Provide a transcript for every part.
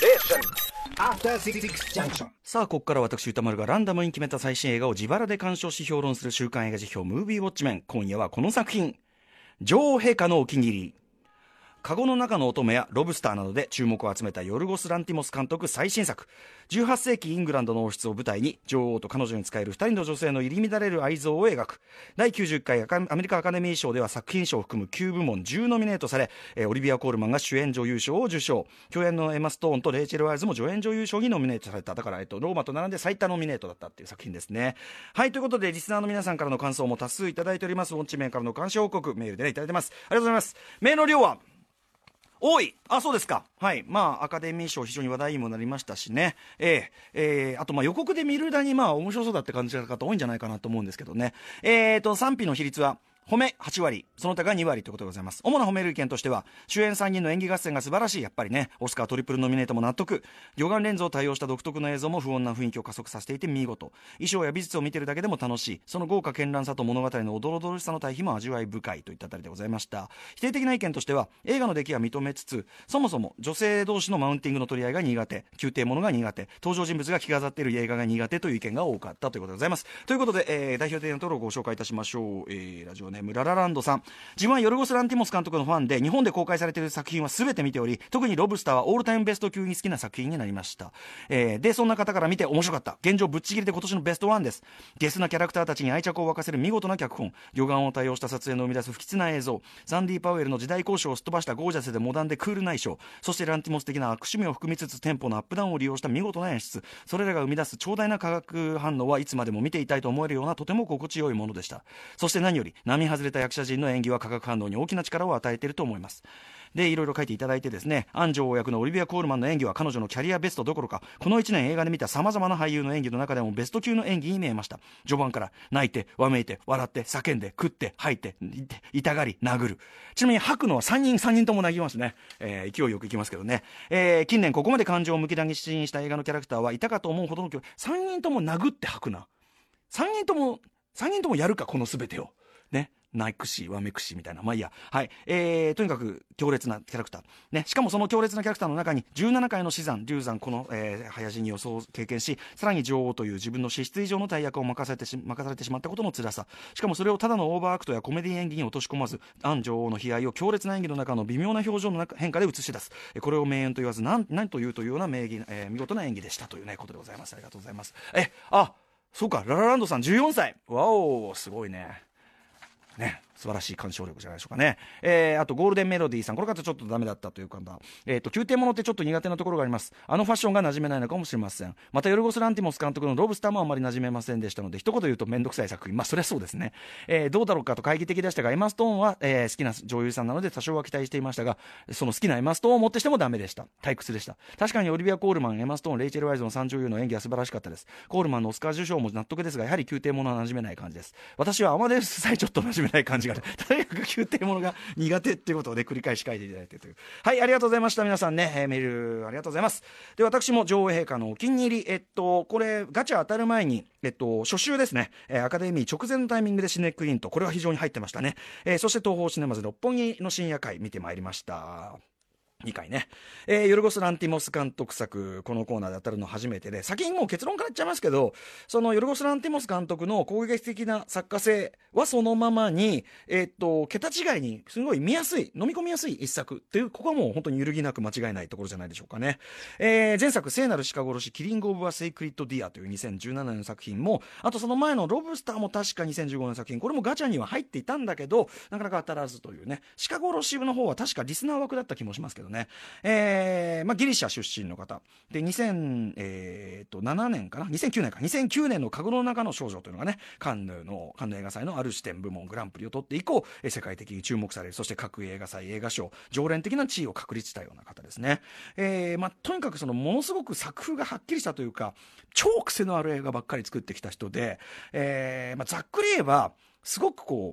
After Six Junction。 さあここから私歌丸がランダムに決めた最新映画を自腹で鑑賞し評論する週刊映画辞表ムービーウォッチメン。今夜はこの作品、女王陛下のお気に入り、カゴの中の乙女やロブスターなどで注目を集めたヨルゴス・ランティモス監督最新作。18世紀イングランドの王室を舞台に女王と彼女に仕える2人の女性の入り乱れる愛憎を描く。第90回アメリカアカデミー賞では作品賞を含む9部門10ノミネートされ、オリビア・コールマンが主演女優賞を受賞。共演のエマ・ストーンとレイチェル・ワイルズも助演女優賞にノミネートされた。だから、ローマと並んで最多ノミネートだったっていう作品ですね。はい、ということでリスナーの皆さんからの感想も多数いただいております。ウォッチメンからの監視報告メールで、ね、いただいてます。ありがとうございます。メールの量は多い。あ、そうですか。はい。まあ、アカデミー賞非常に話題にもなりましたしね。あと、まあ、予告で見るだに、まあ、面白そうだって感じた方多いんじゃないかなと思うんですけどね。賛否の比率は、褒め8割、その他が2割ということでございます。主な褒める意見としては、主演3人の演技合戦が素晴らしい。やっぱりね、オスカートリプルノミネートも納得。魚眼レンズを対応した独特の映像も不穏な雰囲気を加速させていて見事。衣装や美術を見てるだけでも楽しい。その豪華絢爛さと物語のおどろどろしさの対比も味わい深いといったあたりでございました。否定的な意見としては、映画の出来は認めつつ、そもそも女性同士のマウンティングの取り合いが苦手、宮廷ものが苦手、登場人物が着飾っている映画が苦手という意見が多かったということでございます。ということで、代表的なところをご紹介いたしましょう。ラジオネームララランドさん。自分はヨルゴス・ランティモス監督のファンで、日本で公開されている作品は全て見ており、特にロブスターはオールタイムベスト級に好きな作品になりました。でそんな方から見て面白かった、現状ぶっちぎりで今年のベストワンです。ゲスなキャラクターたちに愛着を沸かせる見事な脚本、魚眼を対応した撮影の生み出す不吉な映像、サンディ・パウエルの時代交渉をすっ飛ばしたゴージャスでモダンでクールな衣装、そしてランティモス的な悪趣味を含みつつテンポのアップダウンを利用した見事な演出、それらが生み出す長大な化学反応はいつまでも見ていたいと思えるようなとても心地よいものでした。そして何より並外れた役者陣の演技は化学反応に大きな力を与えていると思います。でいろいろ書いていただいてですね、アン女王役のオリビア・コールマンの演技は彼女のキャリアベストどころか、この1年映画で見た様々な俳優の演技の中でもベスト級の演技に見えました。序盤から泣いてわめいて笑って叫んで食って吐いて痛がり殴る。ちなみに吐くのは3人とも泣きますね。勢いよくいきますけどね。近年ここまで感情をむき出しにした映画のキャラクターはいたかと思うほどの3人とも殴って吐くな。3人ともやるか、この全てをね。泣くしわめくしみたいな、まあいいや。はい、とにかく強烈なキャラクター、ね、しかもその強烈なキャラクターの中に17回の死産流産、この、早死にをそう経験し、さらに女王という自分の資質以上の大役を任されてしまったことの辛さ、しかもそれをただのオーバーアクトやコメディ演技に落とし込まず、アン女王の悲哀を強烈な演技の中の微妙な表情の変化で映し出す。これを名演と言わず何というというような見事な演技でしたというねことでございます。ありがとうございます。そうか、ララランドさん14歳、わおすごいね。素晴らしい鑑賞力じゃないでしょうかね。あとゴールデンメロディーさん、これからちょっとダメだったというか、宮廷ものってちょっと苦手なところがあります。ファッションが馴染めないのかもしれません。またヨルゴス・ランティモス監督のロブスターもあまり馴染めませんでしたので、一言言うとめんどくさい作品。まあそりゃそうですね。どうだろうかと懐疑的でしたが、エマ・ストーンは、好きな女優さんなので多少は期待していましたが、その好きなエマ・ストーンをもってしてもダメでした。退屈でした。確かにオリビア・コールマン、エマ・ストーン、レイチェル・ワイズの3女優の演技は素晴らしかったです。コールマンのオスカー受賞も納得ですが、やはり宮廷ものは馴染めない感じです。私はアマデウスさえちょっと馴染めない感じがある。とにかく宮廷ものが苦手っていうことを、ね、繰り返し書いていただいてという。はい、ありがとうございました。皆さんね、メールありがとうございます。で、私も女王陛下のお気に入り、これガチャ当たる前に、初週ですね、アカデミー直前のタイミングでシネクリント、これは非常に入ってましたね。そして東宝シネマズ六本木の深夜会見てまいりました。2回ね、ヨルゴス・ランティモス監督作、このコーナーで当たるの初めてで、先にもう結論から言っちゃいますけど、そのヨルゴス・ランティモス監督の攻撃的な作家性はそのままに、桁違いにすごい見やすい、飲み込みやすい一作っていう、ここはもう本当に揺るぎなく間違いないところじゃないでしょうかね。前作聖なる鹿殺しキリング・オブ・ア・セイクリッド・ディアという2017年の作品も、あとその前のロブスターも確か2015年の作品、これもガチャには入っていたんだけどなかなか当たらずというね。鹿殺しの方は確かリスナー枠だった気もしますけどね。ギリシャ出身の方で、2007年かな、2009年のカゴの中の少女というのがね、カンヌ映画祭のある視点部門グランプリを取って以降、世界的に注目される。そして各映画祭映画賞常連的な地位を確立したような方ですね。とにかくそのものすごく作風がはっきりしたというか、超癖のある映画ばっかり作ってきた人で、ざっくり言えばすごくこう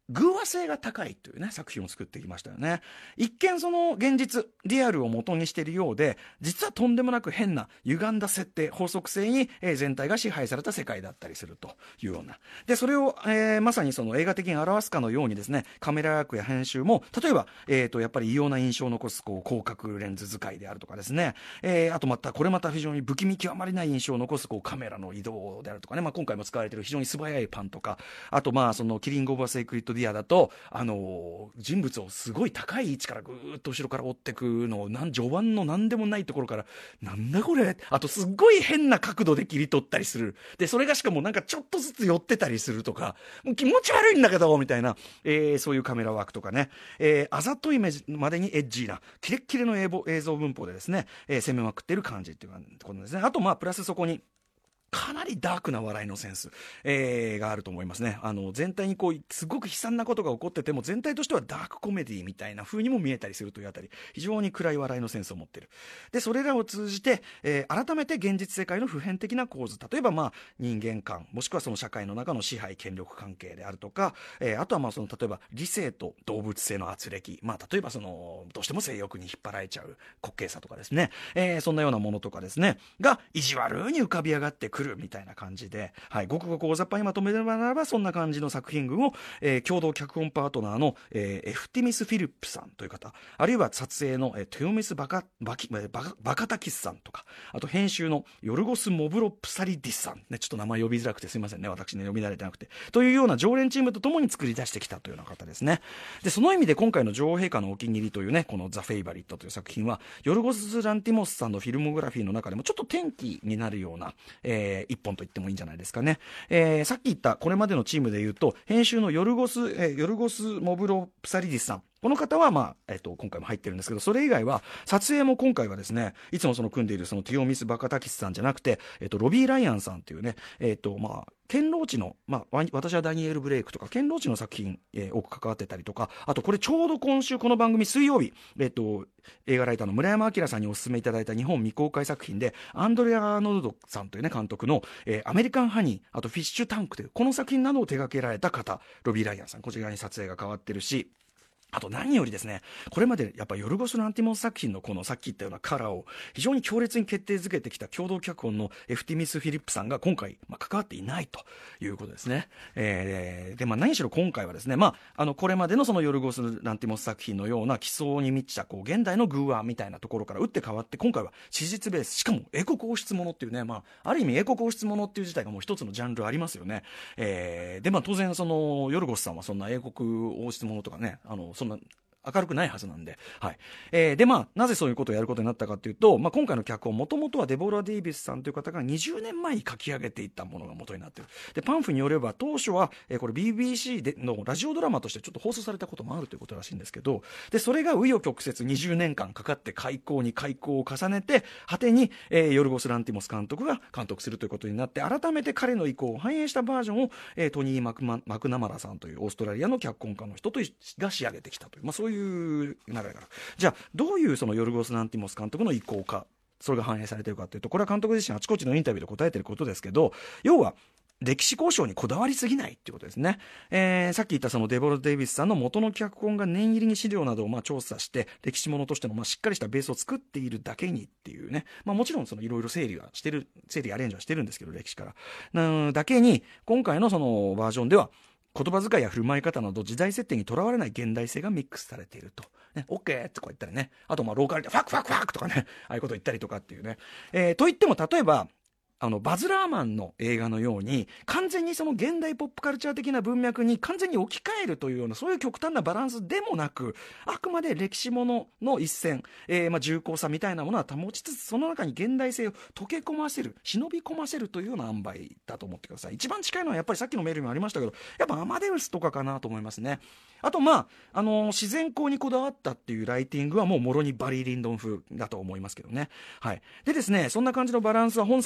偶話性が高いというね作品を作ってきましたよね。一見その現実リアルを元にしているようで、実はとんでもなく変な歪んだ設定法則性に、全体が支配された世界だったりするというような。でそれを、まさにその映画的に表すかのようにですね、カメラワークや編集も例えば、やっぱり異様な印象を残すこう広角レンズ使いであるとかですね、あとこれまた非常に不気味極まりない印象を残すこうカメラの移動であるとかね、今回も使われている非常に素早いパンとか、あとそのキリング・オブ・ア・セイクリッド・ディアだと、人物をすごい高い位置からぐーっと後ろから追ってくのを序盤の何でもないところからなんだこれ、あとすっごい変な角度で切り取ったりする。でそれがしかもなんかちょっとずつ寄ってたりするとか、もう気持ち悪いんだけどみたいな、そういうカメラワークとかね、あざといまでにエッジーなキレッキレの映像文法でですね、攻めまくっている感じっていうことですね。あとプラスそこにかなりダークな笑いのセンス、があると思いますね。全体にこうすごく悲惨なことが起こってても全体としてはダークコメディみたいな風にも見えたりするというあたり、非常に暗い笑いのセンスを持っている。でそれらを通じて、改めて現実世界の普遍的な構図、例えば人間観もしくはその社会の中の支配権力関係であるとか、あとはその例えば理性と動物性の圧力、例えばそのどうしても性欲に引っ張られちゃう滑稽さとかですね、そんなようなものとかですねが意地悪に浮かび上がってくるみたいな感じで、ごくごく大雑把にまとめればならばそんな感じの作品群を、共同脚本パートナーの、エフティミス・フィリップさんという方、あるいは撮影の、テオミスバカタキスさんとか、あと編集のヨルゴス・モブロプサリディスさん、ね、ちょっと名前呼びづらくてすいませんね、私ね読み慣れてなくて、というような常連チームとともに作り出してきたというような方ですね。でその意味で今回の女王陛下のお気に入りというね、このザ・フェイバリットという作品はヨルゴス・ランティモスさんのフィルモグラフィーの中でもちょっと転機になるような、一本と言ってもいいんじゃないですかね。さっき言ったこれまでのチームで言うと編集のヨルゴス・モブロプサリディスさん、この方は今回も入ってるんですけど、それ以外は撮影も今回はですね、いつもその組んでいるそのティオミス・バカタキスさんじゃなくて、ロビー・ライアンさんというね、ケンローチの、私はダニエル・ブレイクとかケンローチの作品、多く関わってたりとか、あとこれちょうど今週この番組水曜日、映画ライターの村山明さんにお勧めいただいた日本未公開作品でアンドレア・アーノルドさんというね監督の、アメリカン・ハニー、あとフィッシュ・タンクというこの作品などを手掛けられた方、ロビー・ライアンさん、こちらに撮影が変わってるし、あと何よりですね、これまでやっぱヨルゴス・ランティモス作品のこのさっき言ったようなカラーを非常に強烈に決定づけてきた共同脚本のエフティミス・フィリップさんが今回、関わっていないということですね。で何しろ今回はですね、これまでのそのヨルゴス・ランティモス作品のような奇想に満ちたこう現代の偶話みたいなところから打って変わって、今回は史実ベース、しかも英国王室ものっていうね、ある意味英国王室ものっていう自体がもう一つのジャンルありますよね。で当然そのヨルゴスさんはそんな英国王室ものとかね、そんな明るくないはずなんで、はい。でなぜそういうことをやることになったかというと、今回の脚本もともとはデボラ・デイビスさんという方が20年前に書き上げていったものが元になっている。でパンフによれば当初は、これ BBC でのラジオドラマとしてちょっと放送されたこともあるということらしいんですけど、でそれが紆余曲折20年間かかって開講に開講を重ねて果てに、ヨルゴス・ランティモス監督が監督するということになって、改めて彼の意向を反映したバージョンを、トニー・マクナマラさんというオーストラリアの脚本家の人が仕上げてきたという、そういう流れがある。じゃあどういうそのヨルゴス・ランティモス監督の意向か、それが反映されているかというと、これは監督自身あちこちのインタビューで答えていることですけど、要は歴史交渉にこだわりすぎないっていうことですね。さっき言ったそのデボラ・デイビスさんの元の脚本が念入りに資料などを調査して歴史ものとしてのしっかりしたベースを作っているだけにっていうね、もちろんそのいろいろ整理アレンジはしてるんですけど、歴史からだけに今回のそのバージョンでは言葉遣いや振る舞い方など時代設定にとらわれない現代性がミックスされていると。ね、オッケーとか言ったりね、あとローカルでファクファクファクとかね、ああいうこと言ったりとかっていうね。と言っても例えばバズ・ラーマンの映画のように完全にその現代ポップカルチャー的な文脈に完全に置き換えるというような、そういう極端なバランスでもなく、あくまで歴史ものの一線、重厚さみたいなものは保ちつつ、その中に現代性を溶け込ませる、忍び込ませるというような塩梅だと思ってください。一番近いのはやっぱりさっきのメールにもありましたけど、やっぱアマデウスとかかなと思いますね。あと自然光にこだわったっていうライティングはもうもろにバリー・リンドン風だと思いますけどね。はい。でですね、そんな感じのバランスは本作の他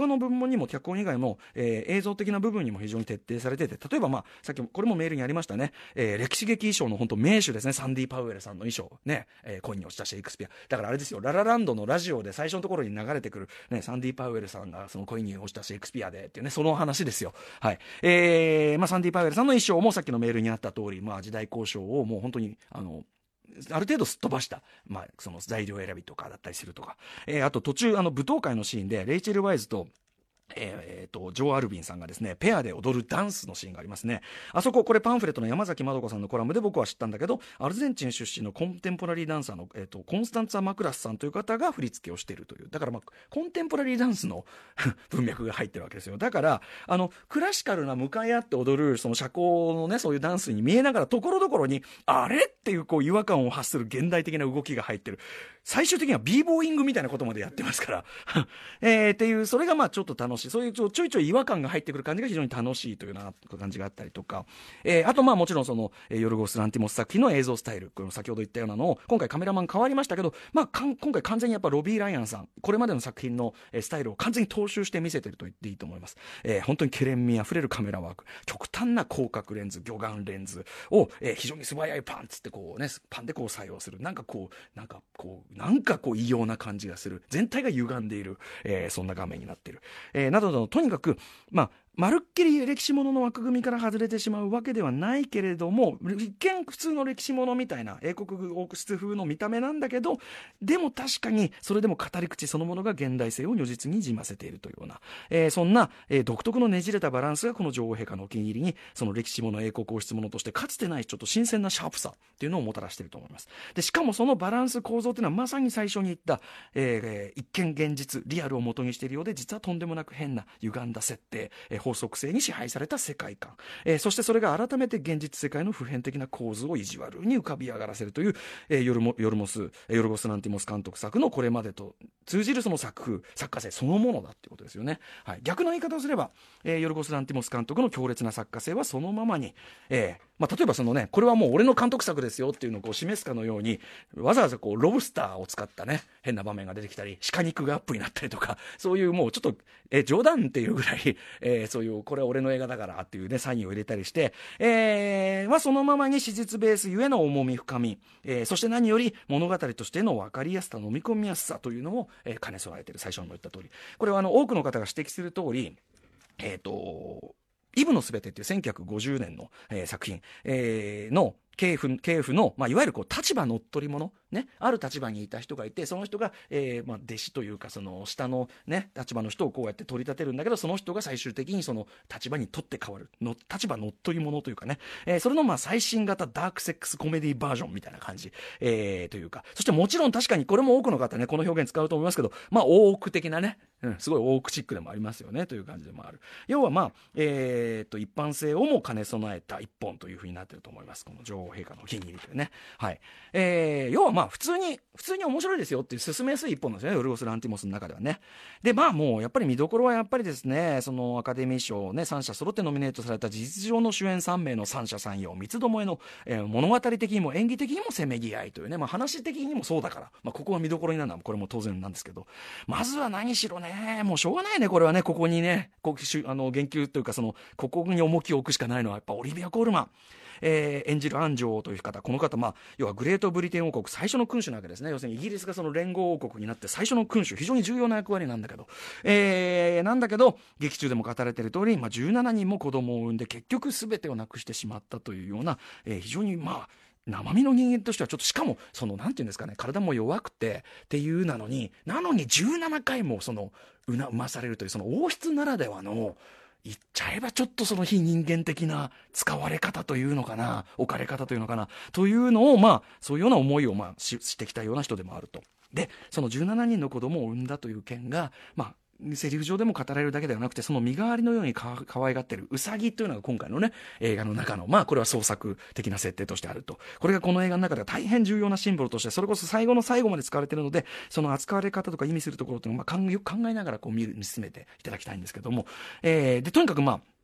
の部門にも脚本以外も、映像的な部分にも非常に徹底されてて、例えばさっきもこれもメールにありましたね、歴史劇衣装の本当名手ですね、サンディ・パウエルさんの衣装ね、恋に落ちたシェイクスピアだからあれですよ、ララランドのラジオで最初のところに流れてくる、ね、サンディ・パウエルさんがその恋に落ちたシェイクスピアでっていうね、その話ですよ。はい。サンディ・パウエルさんの衣装もさっきのメールにあった通り、時代交渉をもう本当にある程度すっ飛ばした、その材料選びとかだったりするとか、あと途中舞踏会のシーンでレイチェル・ワイズとジョー・アルビンさんがですねペアで踊るダンスのシーンがありますね。あそこ、これパンフレットの山崎まどかさんのコラムで僕は知ったんだけど、アルゼンチン出身のコンテンポラリーダンサーの、コンスタンツァ・マクラスさんという方が振り付けをしているという、だからコンテンポラリーダンスの文脈が入ってるわけですよ。だからクラシカルな向かい合って踊るその社交のねそういうダンスに見えながら、ところどころにあれっていう違和感を発する現代的な動きが入ってる、最終的には b ボーイングみたいなことまでやってますからっていう、それがちょっと楽しい、そういうちょいちょい違和感が入ってくる感じが非常に楽しいというような感じがあったりとか、あともちろんその、ヨルゴス・ランティモス作品の映像スタイル、この先ほど言ったようなのを今回カメラマン変わりましたけど、今回完全にやっぱロビー・ライアンさん、これまでの作品のスタイルを完全に踏襲して見せてると言っていいと思います。本当にケレン味あふれるカメラワーク、極端な広角レンズ、魚眼レンズを、非常に素早いパンツってパンで採用する、なんか異様な感じがする、全体が歪んでいる、そんな画面になっている、などなど、とにかくまるっきり歴史ものの枠組みから外れてしまうわけではないけれども、一見普通の歴史ものみたいな英国王室風の見た目なんだけど、でも確かにそれでも語り口そのものが現代性を如実にじませているというような、そんな、独特のねじれたバランスがこの女王陛下のお気に入りに、その歴史もの英国王室ものとしてかつてないちょっと新鮮なシャープさっていうのをもたらしていると思います。でしかもそのバランス構造っていうのはまさに最初に言った、一見現実リアルを元にしているようで、実はとんでもなく変な歪んだ設定、法則性に支配された世界観、そしてそれが改めて現実世界の普遍的な構図を意地悪に浮かび上がらせるという、ヨルゴス・ランティモス監督作のこれまでと通じるその作家性そのものだっていうことですよね。はい、逆の言い方をすれば、ヨルゴス・ランティモス監督の強烈な作家性はそのままに、例えばそのね、これはもう俺の監督作ですよっていうのを示すかのように、わざわざロブスターを使ったね変な場面が出てきたり、鹿肉がアップになったりとか、そういうもうちょっと、冗談っていうぐらい、そういうこれは俺の映画だからっていうねサインを入れたりして、そのままに史実ベースゆえの重み深み、そして何より物語としての分かりやすさ、飲み込みやすさというのを、兼ね備えている。最初にも言った通り、これは多くの方が指摘する通り、イブのすべてっていう1950年の、作品、の系譜の、いわゆる立場乗っ取り者、ね、ある立場にいた人がいて、その人が、弟子というかその下の、ね、立場の人をこうやって取り立てるんだけど、その人が最終的にその立場に取って変わるの立場乗っ取り者というかね、それの最新型ダークセックスコメディバージョンみたいな感じ、というか、そしてもちろん確かにこれも多くの方ねこの表現使うと思いますけど、大奥的なね、すごい大奥チックでもありますよねという感じでもある。要は一般性をも兼ね備えた一本というふうになっていると思います、この女王陛下のお気に入りというね。はい。要は普通に面白いですよっていう進めやすい一本なんですよね、ヨルゴス・ランティモスの中ではね。でもうやっぱり見どころはやっぱりですね、そのアカデミー賞ね3社揃ってノミネートされた事実上の主演3名の三者三様三つどもえの、物語的にも演技的にもせめぎ合いというね、話的にもそうだから、ここが見どころになるのはこれも当然なんですけど、まずは何しろね、もうしょうがないねこれはね、ここにね言及というか、ここに重きを置くしかないのはやっぱオリビア・コールマン、演じるアン女王という方、この方、要はグレートブリテン王国最初の君主なわけですね。要するにイギリスがその連合王国になって最初の君主、非常に重要な役割なんだけど、劇中でも語られている通り、17人も子供を産んで結局全てをなくしてしまったというような、非常に生身の人間としてはちょっと、しかもなんていうんですかね、体も弱くてっていうなのに17回も産まされるという、その王室ならではの言っちゃえばちょっと非人間的な使われ方というのかな、置かれ方というのかなというのをそういうような思いをしてきたような人でもあると。でその17人の子供を産んだという件がセリフ上でも語られるだけではなくて、その身代わりのように可愛がってるウサギというのが今回のね映画の中のこれは創作的な設定としてあると。これがこの映画の中では大変重要なシンボルとして、それこそ最後の最後まで使われているので、その扱われ方とか意味するところというのをよく考えながら見進めていただきたいんですけども、でとにかく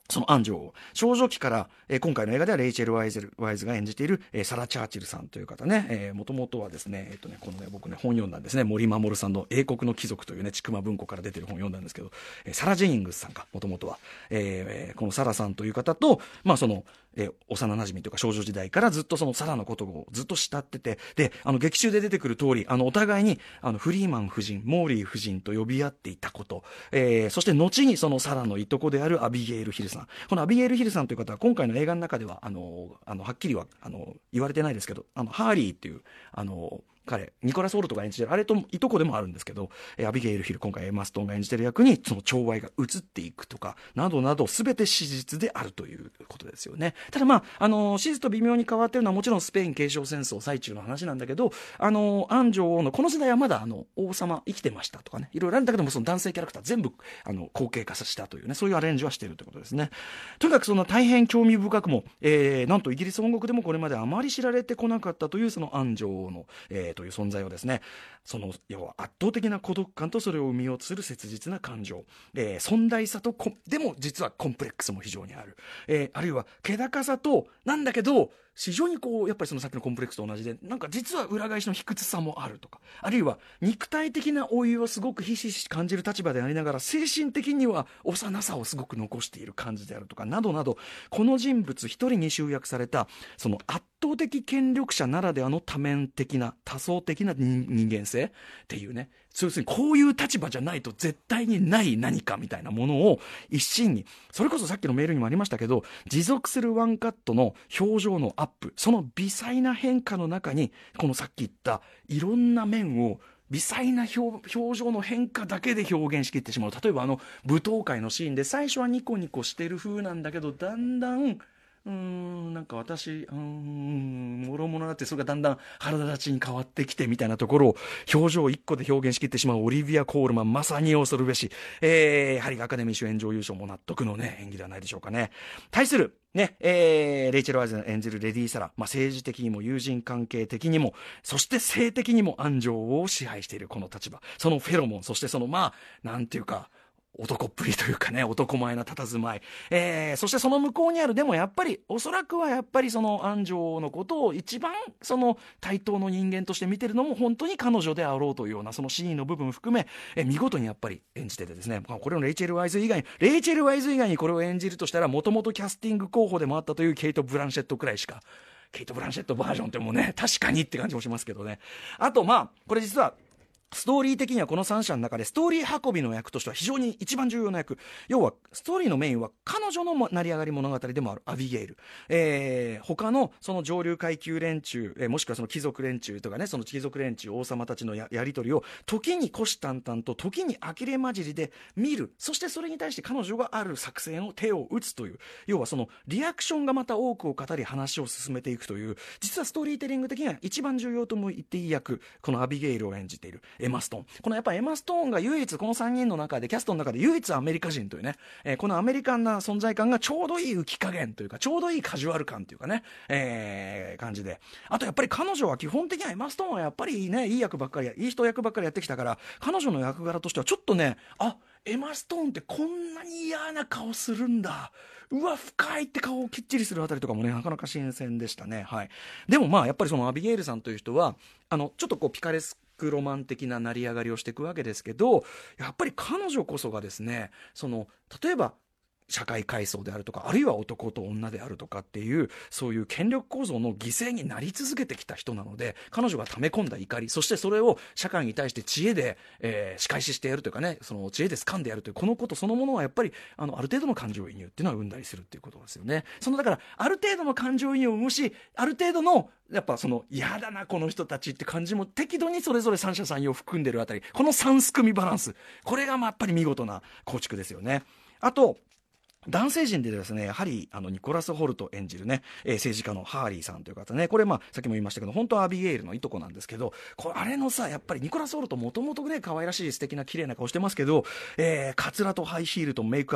その安城少女期から、今回の映画ではレイチェル・ワイズが演じている、サラ・チャーチルさんという方ね、もともとはですね、このね、僕ね、本読んだんですね、森守さんの英国の貴族というね、ちくま文庫から出てる本読んだんですけど、サラ・ジェニングスさんが、もともとは、このサラさんという方と、まあその、幼馴染というか少女時代からずっとそのサラのことをずっと慕ってて、で、劇中で出てくる通り、お互いに、フリーマン夫人、モーリー夫人と呼び合っていたこと、そして後にそのサラのいとこであるアビゲイル・ヒルさん。このアビゲイル・ヒルさんという方は今回の映画の中では、はっきりは、言われてないですけど、ハーリーっていう、彼、ニコラス・オルトが演じてる、あれといとこでもあるんですけど、アビゲイル・ヒル、今回エマ・ストーンが演じてる役に、その寵愛が移っていくとか、などなど、すべて史実であるということですよね。ただまあ、史実と微妙に変わってるのはもちろんスペイン継承戦争最中の話なんだけど、安城王のこの時代はまだ王様生きてましたとかね、いろいろあるんだけども、その男性キャラクター全部、後継化したというね、そういうアレンジはしているということですね。とにかくその大変興味深くも、なんとイギリス本国でもこれまであまり知られてこなかったというその安城王の、という存在をですね、その要は圧倒的な孤独感とそれを生みようとする切実な感情、尊大さとでも実はコンプレックスも非常にある、あるいは気高さとなんだけど非常にこうやっぱりそのさっきのコンプレックスと同じでなんか実は裏返しの卑屈さもあるとか、あるいは肉体的な老いをすごくひしひし感じる立場でありながら精神的には幼さをすごく残している感じであるとかなどなど、この人物一人に集約されたその圧倒的権力者ならではの多面的な多層的な人間性っていうね、要するにこういう立場じゃないと絶対にない何かみたいなものを一心に、それこそさっきのメールにもありましたけど、持続するワンカットの表情のアップ、その微細な変化の中にこのさっき言ったいろんな面を微細な表情の変化だけで表現しきってしまう。例えば舞踏会のシーンで最初はニコニコしてる風なんだけど、だんだんなんか私もろもろなって、それがだんだん腹立ちに変わってきてみたいなところを表情一個で表現しきってしまうオリビア・コールマン、まさに恐るべし、やはりアカデミー主演女優賞も納得のね演技ではないでしょうかね。対するね、レイチェル・ワイズ演じるレディー・サラ、政治的にも友人関係的にもそして性的にも安城を支配しているこの立場、そのフェロモン、そしてそのなんていうか男っぷりというかね、男前な佇まい、そしてその向こうにある、でもやっぱりおそらくはやっぱりその安城のことを一番その対等の人間として見てるのも本当に彼女であろうというようなその真意の部分を含め、見事にやっぱり演じててですね、これのレイチェル・ワイズ以外にこれを演じるとしたら、もともとキャスティング候補でもあったというケイト・ブランシェットくらいしか、ケイト・ブランシェットバージョンってもうね確かにって感じもしますけどね。あとこれ実はストーリー的にはこの3社の中でストーリー運びの役としては非常に一番重要な役、要はストーリーのメインは彼女の成り上がり物語でもあるアビゲイル、他のその上流階級連中、もしくはその貴族連中とかね、その貴族連中王様たちの やり取りを時に虎視眈々と時に呆れ混じりで見る、そしてそれに対して彼女がある作戦を手を打つという、要はそのリアクションがまた多くを語り話を進めていくという、実はストーリーテリング的には一番重要とも言っていい役、このアビゲイルを演じているエマ・ストーン。このやっぱエマ・ストーンが唯一この3人の中でキャストの中で唯一アメリカ人というね、このアメリカンな存在感がちょうどいい浮き加減というか、ちょうどいいカジュアル感というかね、感じで、あとやっぱり彼女は基本的にはエマ・ストーンはやっぱりねいい役ばっかり、いい人役ばっかりやってきたから、彼女の役柄としてはちょっとね、エマ・ストーンってこんなに嫌な顔するんだ、うわ深いって顔をきっちりするあたりとかもね、なかなか新鮮でしたね。はい。でもやっぱりそのアビゲイルさんという人はちょっとこうピカレスロマン的な成り上がりをしていくわけですけど、やっぱり彼女こそがですね、その例えば社会階層であるとか、あるいは男と女であるとかっていう、そういう権力構造の犠牲になり続けてきた人なので、彼女が溜め込んだ怒り、そしてそれを社会に対して知恵で、仕返ししてやるというかね、その知恵で掴んでやるという、このことそのものはやっぱりある程度の感情移入っていうのは生んだりするっていうことですよね。だからある程度の感情移入を生むし、ある程度のやっぱその嫌だなこの人たちって感じも適度にそれぞれ三者三様含んでるあたり、この三すくみバランス、これがやっぱり見事な構築ですよね。あと男性陣でですね、やはりニコラス・ホルト演じるね、政治家のハーリーさんという方ね、これさっきも言いましたけど本当はアビゲイルのいとこなんですけど、あれのさ、やっぱりニコラス・ホルトもともとね可愛らしい素敵な綺麗な顔してますけど、カツラとハイヒールとメイクアップ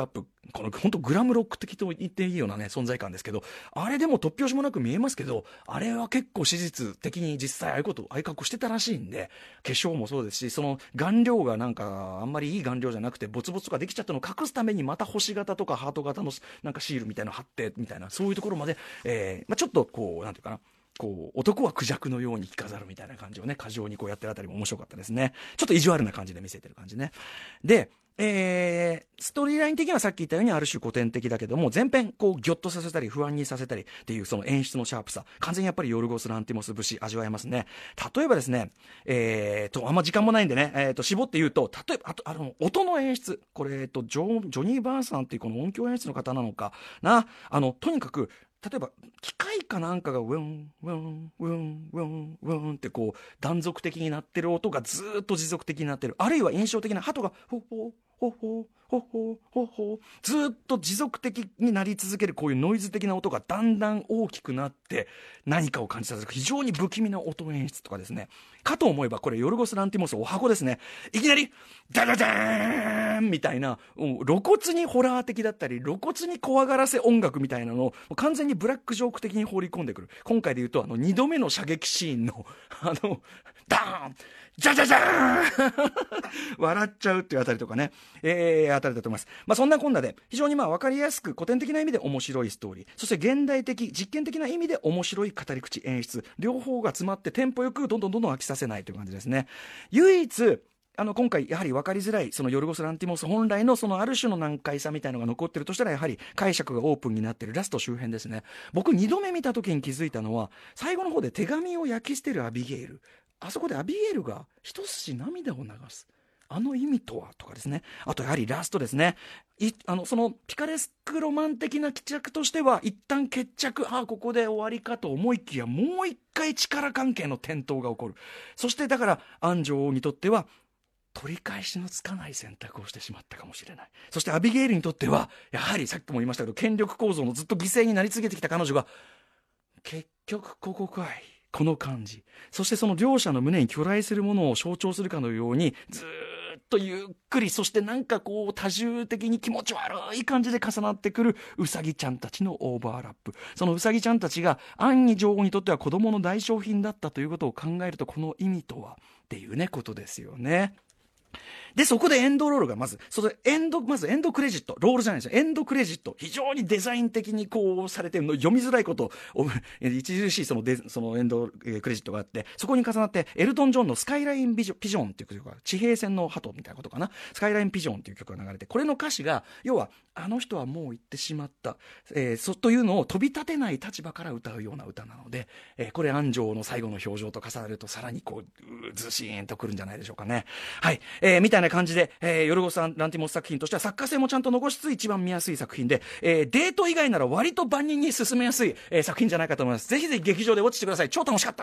この本当グラムロック的と言っていいようなね存在感ですけど、あれでも突拍子もなく見えますけど、あれは結構史実的に実際ああいうことああいう格好してたらしいんで、化粧もそうですし、その顔料がなんかあんまりいい顔料じゃなくてボツボツとかできちゃったのを隠すためにまた星型とかハート型のなんかシールみたいなの貼ってみたいな、そういうところまで、ちょっとこうなんていうかな、こう男はクジャクのように着飾るみたいな感じをね、過剰にこうやってるあたりも面白かったですね。ちょっと意地悪な感じで見せてる感じね。でストーリーライン的にはさっき言ったようにある種古典的だけども、前編こうギョッとさせたり不安にさせたりっていうその演出のシャープさ、完全にやっぱりヨルゴス・ランティモス節味わえますね。例えばですね、あんま時間もないんでね、絞って言うと、例えば音の演出、これジョニー・バーンさんっていうこの音響演出の方なのかな、とにかく例えば機械かなんかがウンウンウンウンウンってこう断続的になってる音がずーっと持続的になってる、あるいは印象的な鳩がホッホーホッホーホッホーホッホーずーっと持続的になり続ける、こういうノイズ的な音がだんだん大きくなって何かを感じさせる非常に不気味な音演出とかですね。かと思えばこれヨルゴス・ランティモスおはこですね。いきなりダダダーンみたいな露骨にホラー的だったり露骨に怖がらせ音楽みたいなのを完全にブラックジョーク的に放り込んでくる。今回で言うと2度目の射撃シーンのダーンジャジャジャーン笑っちゃうっていうあたりとかね、あたりだと思います。そんなこんなで非常に分かりやすく古典的な意味で面白いストーリー、そして現代的実験的な意味で面白い語り口演出、両方が詰まってテンポよくどんどん飽きさせないという感じですね。唯一今回やはり分かりづらいそのヨルゴス・ランティモス本来のそのある種の難解さみたいのが残ってるとしたら、やはり解釈がオープンになってるラスト周辺ですね。僕2度目見た時に気づいたのは、最後の方で手紙を焼き捨てるアビゲイル、あそこでアビゲイルが一筋涙を流す意味とはとかですね。あとやはりラストですね。そのピカレスクロマン的な帰着としては一旦決着、ここで終わりかと思いきや、もう一回力関係の転倒が起こる。そしてだからアン女王にとっては取り返しのつかない選択をしてしまったかもしれない。そしてアビゲイルにとってはやはりさっきも言いましたけど、権力構造のずっと犠牲になり続けてきた彼女が結局ここかい、この感じ、そしてその両者の胸に巨来するものを象徴するかのようにずっとゆっくり、そしてなんかこう多重的に気持ち悪い感じで重なってくるウサギちゃんたちのオーバーラップ、そのウサギちゃんたちがアンニ女王にとっては子供の代償品だったということを考えると、この意味とはっていうねことですよね。でそこでエンドロールがまずエンドクレジット、ロールじゃないですよ、エンドクレジット、非常にデザイン的にこうされてるの、読みづらいことを著しいそのエンドクレジットがあって、そこに重なってエルトン・ジョンのスカイラインピジョンっていう曲が、地平線の鳩みたいなことかな、スカイラインピジョンっていう曲が流れて、これの歌詞が要はあの人はもう行ってしまった、というのを飛び立てない立場から歌うような歌なので、これ安城の最後の表情と重ねるとさらにこうずしーんとくるんじゃないでしょうかね。はい、みたいな感じで、ヨルゴス・ランティモス作品としては作家性もちゃんと残しつつ一番見やすい作品で、デート以外なら割と万人に進めやすい、作品じゃないかと思います。ぜひぜひ劇場でウォッチしてください。超楽しかった。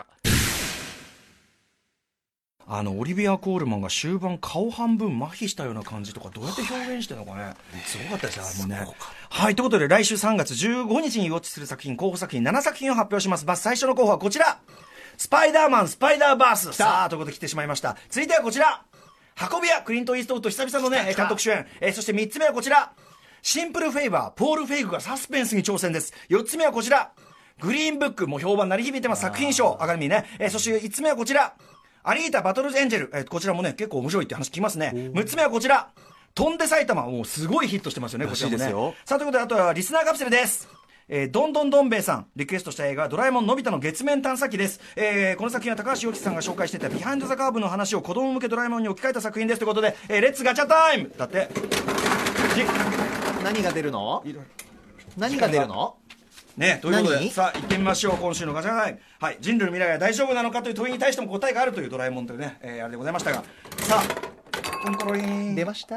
オリビア・コールマンが終盤顔半分麻痺したような感じとかどうやって表現してるのかね、すごかったですよね。はい、ということで来週3月15日にウォッチする作品、候補作品7作品を発表します。まず最初の候補はこちら、スパイダーマンスパイダーバース。さあということで来てしまいました。続いてはこちら、運び屋クリント・イーストウッド久々のね監督主演、そして3つ目はこちら、シンプル・フェイバーポール・フェイグがサスペンスに挑戦です。4つ目はこちら、グリーンブック、もう評判鳴り響いてます、作品賞アカデミーね。そして5つ目はこちら、アリータ・バトルズ・エンジェル、こちらもね結構面白いって話聞きますね。6つ目はこちら、飛んで埼玉、もうすごいヒットしてますよね、こちらもね。さあということで、あとはリスナーカプセルです。どんどんどん兵衛さんリクエストした映画、ドラえもんのび太の月面探査機です。この作品は高橋洋樹さんが紹介していたビハインドザカーブの話を子供向けドラえもんに置き換えた作品ですということで、レッツガチャタイムだって。 何が出るの何が出るのね、ということでさあ行ってみましょう、今週のガチャタイム。はい、人類の未来は大丈夫なのかという問いに対しても答えがあるというドラえもんというね、あれでございましたが、さあコントロイン出ました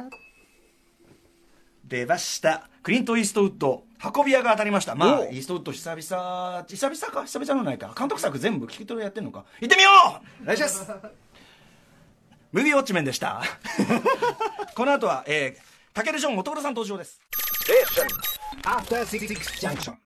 クリント・イーストウッド運び屋が当たりました。まあイーストウッド久々のないか、監督作全部聞き取りやってんのか。行ってみよう、お願いします。ムービーウォッチメンでしたこの後はタケル・ジョン・元村さん登場です。 After 66 junction